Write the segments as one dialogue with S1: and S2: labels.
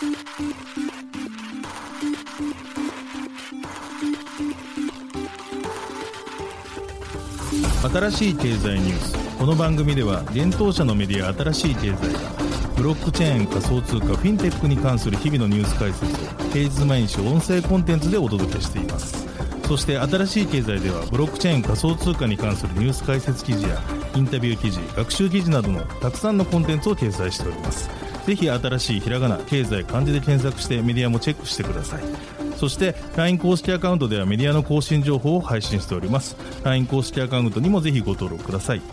S1: 新しい経済ニュース。この番組では現当社のメディア新しい経済がブロックチェーン、仮想通貨、フィンテックに関する日々のニュース解説を平日毎日音声コンテンツでお届けしています。そして新しい経済ではブロックチェーン、仮想通貨に関するニュース解説記事やインタビュー記事、学習記事などのたくさんのコンテンツを掲載しております。ぜひ新しいひらがな、経済、漢字で検索してメディアもチェックしてください。そして LINE 公式アカウントではメディアの更新情報を配信しております。 LINE 公式アカウントにもぜひご登録ください。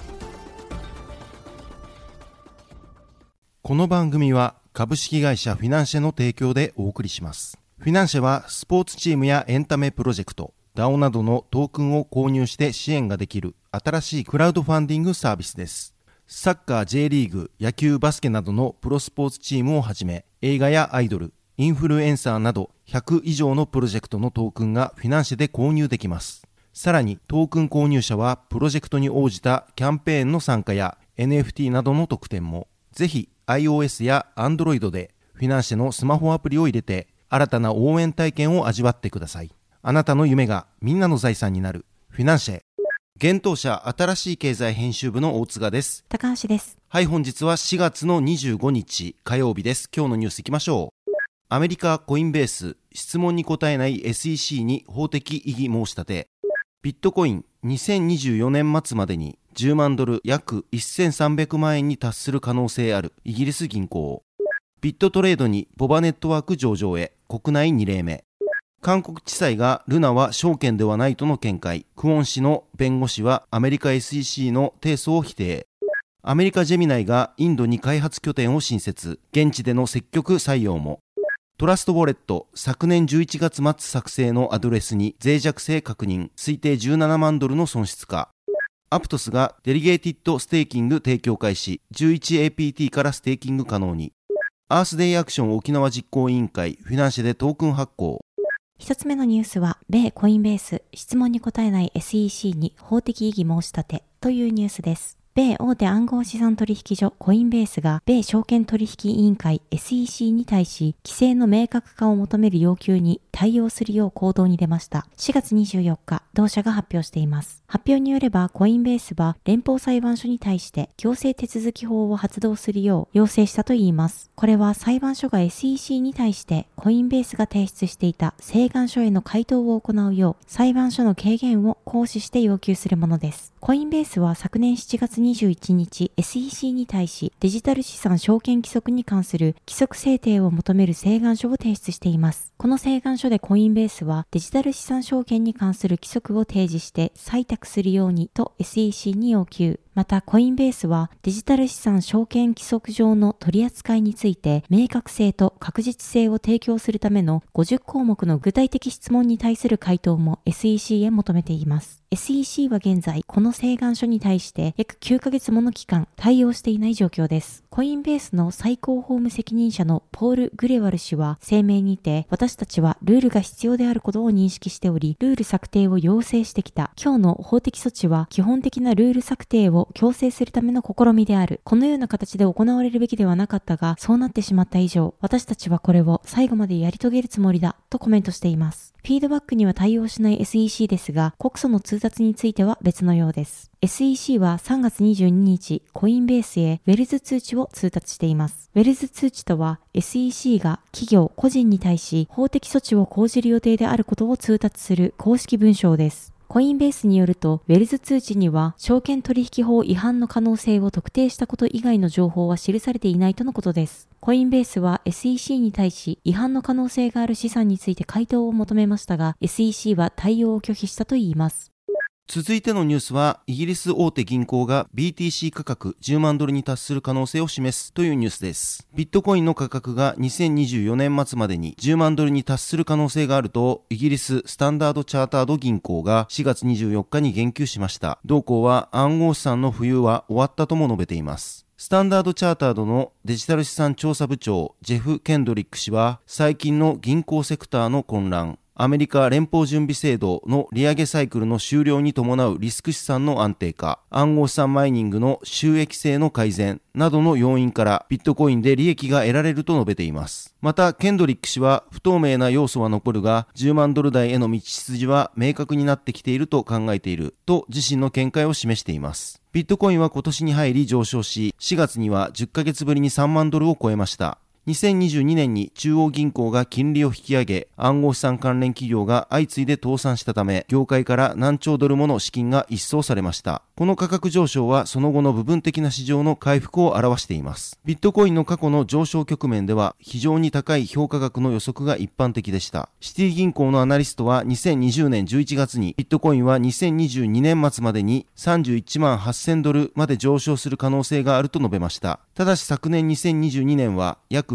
S2: この番組は株式会社フィナンシェの提供でお送りします。フィナンシェはスポーツチームやエンタメプロジェクト、DAO などのトークンを購入して支援ができる新しいクラウドファンディングサービスです。サッカー、J リーグ、野球、バスケなどのプロスポーツチームをはじめ、映画やアイドル、インフルエンサーなど100以上のプロジェクトのトークンがフィナンシェで購入できます。さらにトークン購入者はプロジェクトに応じたキャンペーンの参加や NFT などの特典も。ぜひ iOS や Android でフィナンシェのスマホアプリを入れて新たな応援体験を味わってください。あなたの夢がみんなの財産になるフィナンシェ。現当社新しい経済編集部の大塚です。
S3: 高橋です。
S2: はい、本日は4月の25日火曜日です。今日のニュースいきましょう。アメリカコインベース、質問に答えない SEC に法的異議申し立て。ビットコイン2024年末までに10万ドル約1300万円に達する可能性あるイギリス銀行。ビットトレードにボバネットワーク上場へ、国内2例目。韓国地裁がルナは証券ではないとの見解。クォン氏の弁護士はアメリカ SEC の提訴を否定。アメリカジェミナイがインドに開発拠点を新設。現地での積極採用も。トラストウォレット、昨年11月末作成のアドレスに脆弱性確認。推定17万ドルの損失か。アプトスがデリゲーティッドステーキング提供開始。11APT からステーキング可能に。アースデイアクション沖縄実行委員会、フィナンシェでトークン発行。
S3: 一つ目のニュースは、米コインベース、質問に答えない SEC に法的異議申し立てというニュースです。米大手暗号資産取引所コインベースが米証券取引委員会 SEC に対し規制の明確化を求める要求に対応するよう行動に出ました。4月24日、同社が発表しています。発表によればコインベースは連邦裁判所に対して行政手続き法を発動するよう要請したといいます。これは裁判所が SEC に対してコインベースが提出していた請願書への回答を行うよう裁判所の軽減を行使して要求するものです。コインベースは昨年7月21日 SEC に対しデジタル資産証券規則に関する規則制定を求める請願書を提出しています。この請願書でコインベースはデジタル資産証券に関する規則を提示して採択するようにと SEC に要求。またコインベースはデジタル資産証券規則上の取り扱いについて明確性と確実性を提供するための50項目の具体的質問に対する回答も SEC へ求めています。SEC は現在この請願書に対して約9ヶ月もの期間対応していない状況です。コインベースの最高法務責任者のポール・グレワル氏は声明にて、私たちはルールが必要であることを認識しており、ルール策定を要請してきた。今日の法的措置は基本的なルール策定を強制するための試みである。このような形で行われるべきではなかったが、そうなってしまった以上、私たちはこれを最後までやり遂げるつもりだとコメントしています。フィードバックには対応しない SEC ですが、告訴の通達については別のようです。SEC は3月22日、コインベースへウェルズ通知を通達しています。ウェルズ通知とは、SEC が企業、個人に対し法的措置を講じる予定であることを通達する公式文章です。コインベースによると、ウェルズ通知には証券取引法違反の可能性を特定したこと以外の情報は記されていないとのことです。コインベースは SEC に対し違反の可能性がある資産について回答を求めましたが、SEC は対応を拒否したといいます。
S2: 続いてのニュースは、イギリス大手銀行が BTC 価格10万ドルに達する可能性を示すというニュースです。ビットコインの価格が2024年末までに10万ドルに達する可能性があると、イギリススタンダードチャータード銀行が4月24日に言及しました。同行は暗号資産の冬は終わったとも述べています。スタンダードチャータードのデジタル資産調査部長ジェフ・ケンドリック氏は、最近の銀行セクターの混乱、 アメリカ連邦準備制度の利上げサイクルの終了に伴うリスク資産の安定化、暗号資産マイニングの収益性の改善などの要因からビットコインで利益が得られると述べています。また、ケンドリック氏は不透明な要素は残るが、10万ドル台への道筋は明確になってきていると考えていると自身の見解を示しています。ビットコインは今年に入り上昇し、4月には10ヶ月ぶりに3万ドルを超えました。2022年に中央銀行が金利を引き上げ、暗号資産関連企業が相次いで倒産したため、業界から何兆ドルもの資金が一掃されました。この価格上昇はその後の部分的な市場の回復を表しています。ビットコインの過去の上昇局面では非常に高い評価額の予測が一般的でした。シティ銀行のアナリストは2020年11月にビットコインは2022年末までに31万8000ドルまで上昇する可能性があると述べました。ただし昨年2022年は約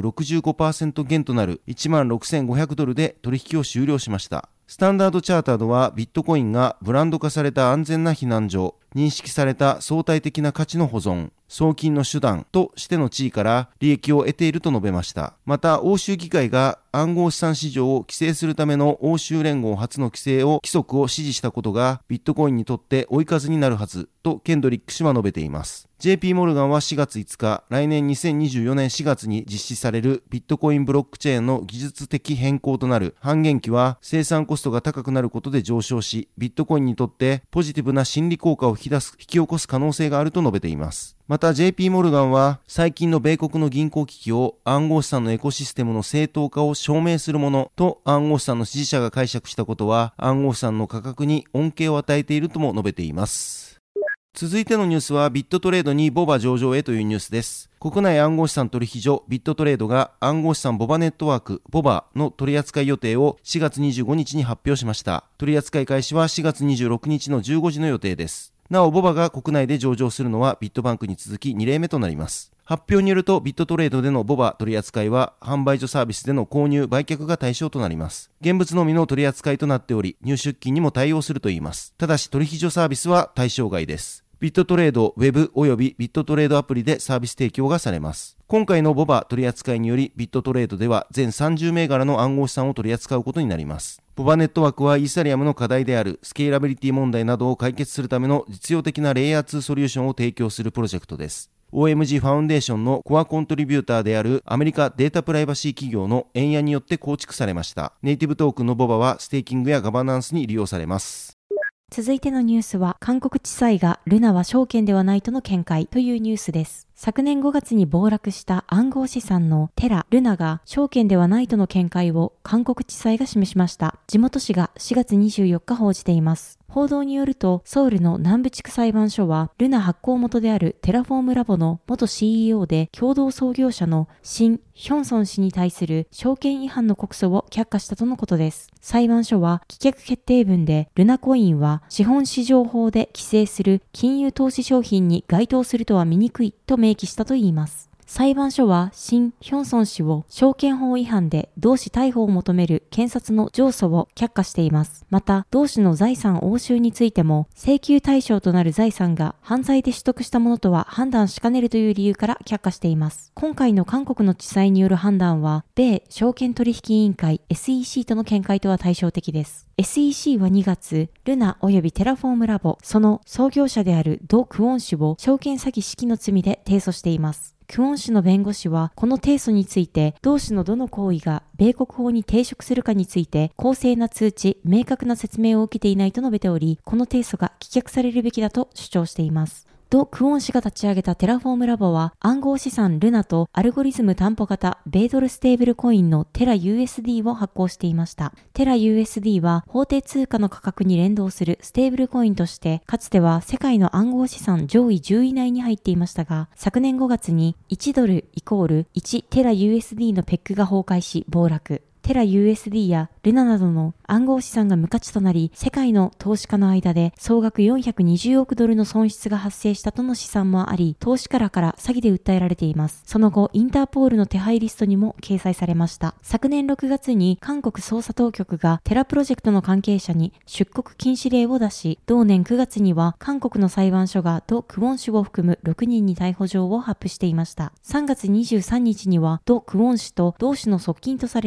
S2: 65% 減となる16,500ドルで取引を終了しました。スタンダードチャータードはビットコインがブランド化された安全な避難所、認識された相対的な価値の保存、送金の手段としての地位から利益を得ていると述べました。また、欧州議会が暗号資産市場を規制するための欧州連合初の規則を支持したことがビットコインにとって追い風になるはずとケンドリック氏は述べています。JP モルガンは4月5日、来年2024年4月に実施されるビットコインブロックチェーンの技術的変更となる半減期は生産コストが高くなることで上昇し、ビットコインにとってポジティブな心理効果を引き起こす可能性があると述べています。また JP モルガンは最近の米国の銀行危機を暗号資産のエコシステムの正当化を証明するものと暗号資産の支持者が解釈したことは暗号資産の価格に恩恵を与えているとも述べています。続いてのニュースはビットトレードにボバ上場へというニュースです。国内暗号資産取引所ビットトレードが暗号資産ボバネットワークボバの取扱い予定を4月25日に発表しました。取扱い開始は4月26日の15時の予定です。なおボバが国内で上場するのはビットバンクに続き2例目となります。発表によるとビットトレードでのボバ取扱いは販売所サービスでの購入売却が対象となります。現物のみの取扱いとなっており入出金にも対応するといいます。ただし取引所サービスは対象外です。ビットトレードウェブおよびビットトレードアプリでサービス提供がされます。今回のボバ取扱いによりビットトレードでは全30銘柄の暗号資産を取り扱うことになります。ボバネットワークはイーサリアムの課題であるスケーラビリティ問題などを解決するための実用的なレイヤー2ソリューションを提供するプロジェクトです。OMG ファウンデーションのコアコントリビューターであるアメリカデータプライバシー企業のエンヤによって構築されました。ネイティブトークンのボバはステーキングやガバナンスに利用されます。
S3: 続いてのニュースは、韓国地裁がルナは証券ではないとの見解というニュースです。昨年5月に暴落した暗号資産のテラ・ルナが証券ではないとの見解を韓国地裁が示しました。地元紙が4月24日報じています。報道によると、ソウルの南部地区裁判所は、ルナ発行元であるテラフォームラボの元 CEO で共同創業者のシン・ヒョンソン氏に対する証券違反の告訴を却下したとのことです。裁判所は棄却決定文で、ルナコインは資本市場法で規制する金融投資商品に該当するとは見にくいと明記したといいます。裁判所はシン・ヒョンソン氏を証券法違反で同氏逮捕を求める検察の上訴を却下しています。また、同氏の財産押収についても請求対象となる財産が犯罪で取得したものとは判断しかねるという理由から却下しています。今回の韓国の地裁による判断は、米証券取引委員会 SEC との見解とは対照的です。SEC は2月、ルナ及びテラフォームラボ、その創業者であるド・クウォン氏を証券詐欺指揮の罪で提訴しています。クウォン氏の弁護士はこの提訴について同氏のどの行為が米国法に抵触するかについて公正な通知、明確な説明を受けていないと述べており、この提訴が棄却されるべきだと主張しています。ド・クウォン氏が立ち上げたテラフォームラボは暗号資産ルナとアルゴリズム担保型米ドルステーブルコインのテラ USD を発行していました。テラ USD は法定通貨の価格に連動するステーブルコインとしてかつては世界の暗号資産上位10位以内に入っていましたが、昨年5月に1ドルイコール1テラ USD のペックが崩壊し暴落。テラ USD やルナなどの暗号資産が無価値となり、世界の投資家の間で総額420億ドルの損失が発生したとの試算もあり、投資家らから詐欺で訴えられています。その後、インターポールの手配リストにも掲載されました。昨年6月に韓国捜査当局がテラプロジェクトの関係者に出国禁止令を出し、同年9月には韓国の裁判所がド・クウォン氏を含む6人に逮捕状を発布していました。3月23日にはド・クウォン氏と同氏の側近とされるホン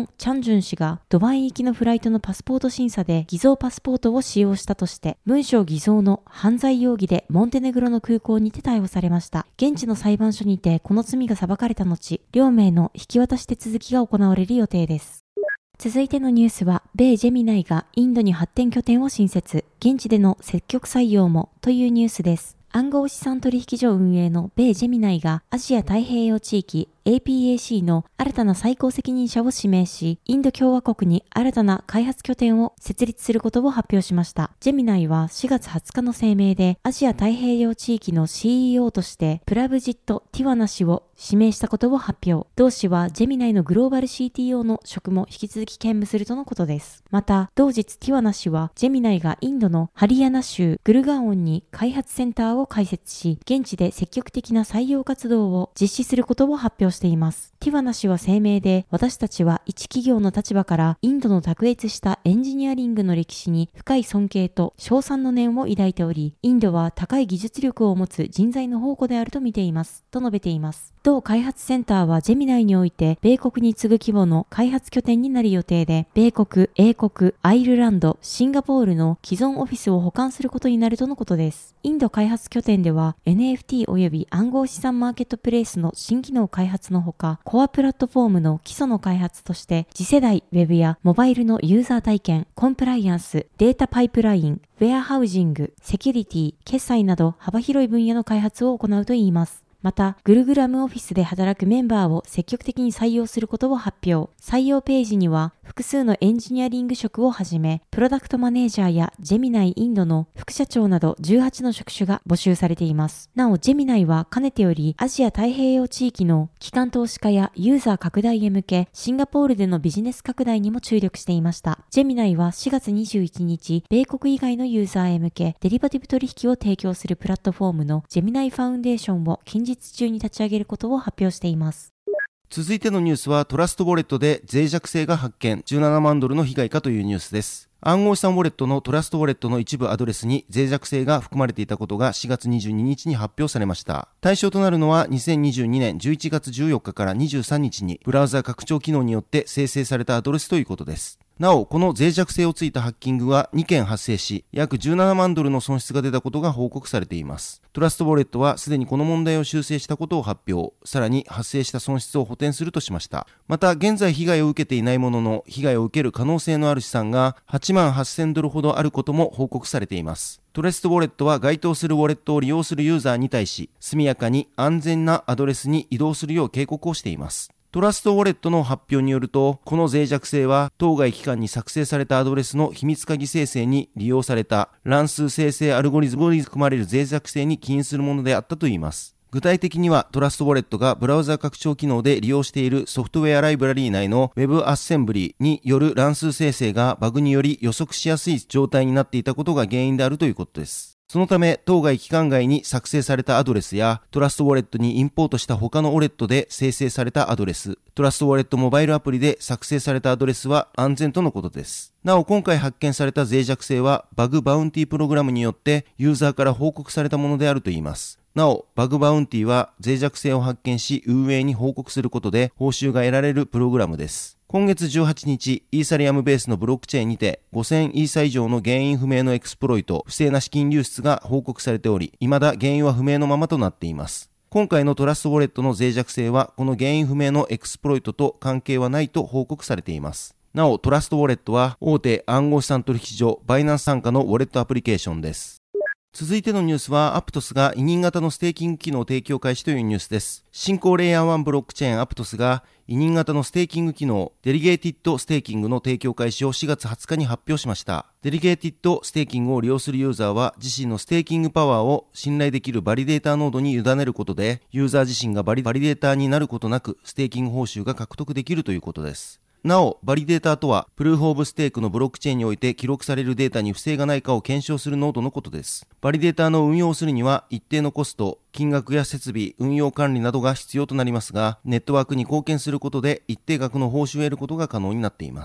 S3: ン・チャンジュン氏がドバイ行きのフライトのパスポート審査で偽造パスポートを使用したとして、文書偽造の犯罪容疑でモンテネグロの空港にて逮捕されました。現地の裁判所にてこの罪が裁かれた後、両名の引き渡し手続きが行われる予定です。続いてのニュースは、米ジェミナイがインドに発展拠点を新設、現地での積極採用もというニュースです。暗号資産取引所運営の米ジェミナイがアジア太平洋地域 APAC の新たな最高責任者を指名し、インド共和国に新たな開発拠点を設立することを発表しました。ジェミナイは4月20日の声明で、アジア太平洋地域の CEO としてプラブジット・ティワナ氏を指名したことを発表。同氏はジェミナイのグローバル CTO の職も引き続き兼務するとのことです。また、同日ティワナ氏はジェミナイがインドのハリヤナ州グルガーオンに開発センターを開設し、現地で積極的な採用活動を実施することを発表しています。ティワナ氏は声明で、私たちは一企業の立場からインドの卓越したエンジニアリングの歴史に深い尊敬と称賛の念を抱いており、インドは高い技術力を持つ人材の宝庫であると見ています、と述べています。同開発センターはジェミナイにおいて米国に次ぐ規模の開発拠点になる予定で、米国、英国、アイルランド、シンガポールの既存オフィスを補完することになるとのことです。インド開発拠点では NFT 及び暗号資産マーケットプレイスの新機能開発のほか、コアプラットフォームの基礎の開発として次世代ウェブやモバイルのユーザー体験、コンプライアンス、データパイプライン、ウェアハウジング、セキュリティ、決済など幅広い分野の開発を行うといいます。また、グルグラムオフィスで働くメンバーを積極的に採用することを発表。採用ページには、複数のエンジニアリング職をはじめ、プロダクトマネージャーやジェミナイインドの副社長など18の職種が募集されています。なお、ジェミナイはかねてよりアジア太平洋地域の機関投資家やユーザー拡大へ向け、シンガポールでのビジネス拡大にも注力していました。ジェミナイは4月21日、米国以外のユーザーへ向け、デリバティブ取引を提供するプラットフォームのジェミナイファウンデーションを近日中に立ち上げることを発表しています。
S2: 続いてのニュースは、トラストウォレットで脆弱性が発見、17万ドルの被害かというニュースです。暗号資産ウォレットのトラストウォレットの一部アドレスに脆弱性が含まれていたことが4月22日に発表されました。対象となるのは2022年11月14日から23日にブラウザ拡張機能によって生成されたアドレスということです。なお、この脆弱性をついたハッキングは2件発生し、約17万ドルの損失が出たことが報告されています。トラストウォレットはすでにこの問題を修正したことを発表、さらに発生した損失を補填するとしました。また、現在被害を受けていないものの、被害を受ける可能性のある資産が8万8000ドルほどあることも報告されています。トラストウォレットは該当するウォレットを利用するユーザーに対し、速やかに安全なアドレスに移動するよう警告をしています。トラストウォレットの発表によると、この脆弱性は当該機関に作成されたアドレスの秘密鍵生成に利用された乱数生成アルゴリズムに含まれる脆弱性に起因するものであったといいます。具体的には、トラストウォレットがブラウザ拡張機能で利用しているソフトウェアライブラリー内の WebAssembly による乱数生成がバグにより予測しやすい状態になっていたことが原因であるということです。そのため、当該期間外に作成されたアドレスや、トラストウォレットにインポートした他のウォレットで生成されたアドレス、トラストウォレットモバイルアプリで作成されたアドレスは安全とのことです。なお、今回発見された脆弱性は、バグバウンティプログラムによってユーザーから報告されたものであるといいます。なお、バグバウンティは脆弱性を発見し運営に報告することで報酬が得られるプログラムです。今月18日、イーサリアムベースのブロックチェーンにて5000イーサ以上の原因不明のエクスプロイト、不正な資金流出が報告されており、未だ原因は不明のままとなっています。今回のトラストウォレットの脆弱性は、この原因不明のエクスプロイトと関係はないと報告されています。なお、トラストウォレットは大手暗号資産取引所バイナンス傘下のウォレットアプリケーションです。続いてのニュースは、アプトスが委任型のステーキング機能提供開始というニュースです。新興レイヤー1ブロックチェーンアプトスが委任型のステーキング機能、デリゲーティッドステーキングの提供開始を4月20日に発表しました。デリゲーティッドステーキングを利用するユーザーは、自身のステーキングパワーを信頼できるバリデータノードに委ねることで、ユーザー自身がバリデーターになることなく、ステーキング報酬が獲得できるということです。なお、バリデーターとは、プルーフオブステークのブロックチェーンにおいて記録されるデータに不正がないかを検証するノードのことです。バリデーターの運用をするには、一定のコスト、金額や設備、運用管理などが必要となりますが、ネットワークに貢献することで一定額の報酬を得ることが可能になっています。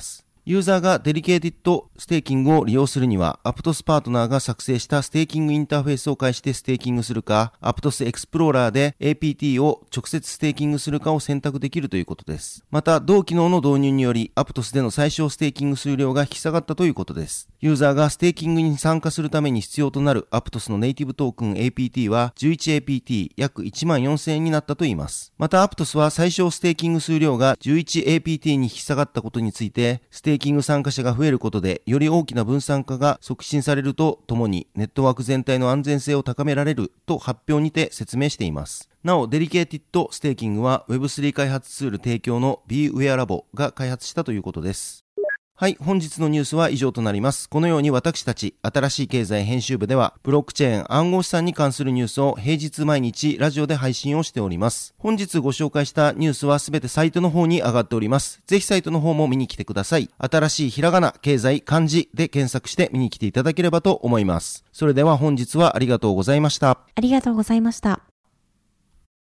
S2: ユーザーがデリケーティッドステーキングを利用するには、Aptos パートナーが作成したステーキングインターフェースを介してステーキングするか、Aptos Explorer で APT を直接ステーキングするかを選択できるということです。また、同機能の導入により、Aptos での最小ステーキング数量が引き下がったということです。ユーザーがステーキングに参加するために必要となる Aptos のネイティブトークン APT は 11APT 約14,000円になったといいます。また、Aptos は最小ステーキング数量が 11APT に引き下がったことについて、ステーキング参加者が増えることで、より大きな分散化が促進されるとともに、ネットワーク全体の安全性を高められると発表にて説明しています。なお、デリケーティッドステーキングは Web3 開発ツール提供の BeWare が開発したということです。はい、本日のニュースは以上となります。このように私たち、新しい経済編集部では、ブロックチェーン暗号資産に関するニュースを平日毎日ラジオで配信をしております。本日ご紹介したニュースはすべてサイトの方に上がっております。ぜひサイトの方も見に来てください。新しいひらがな、経済、漢字で検索して見に来ていただければと思います。それでは本日はありがとうございました。
S3: ありがとうございました。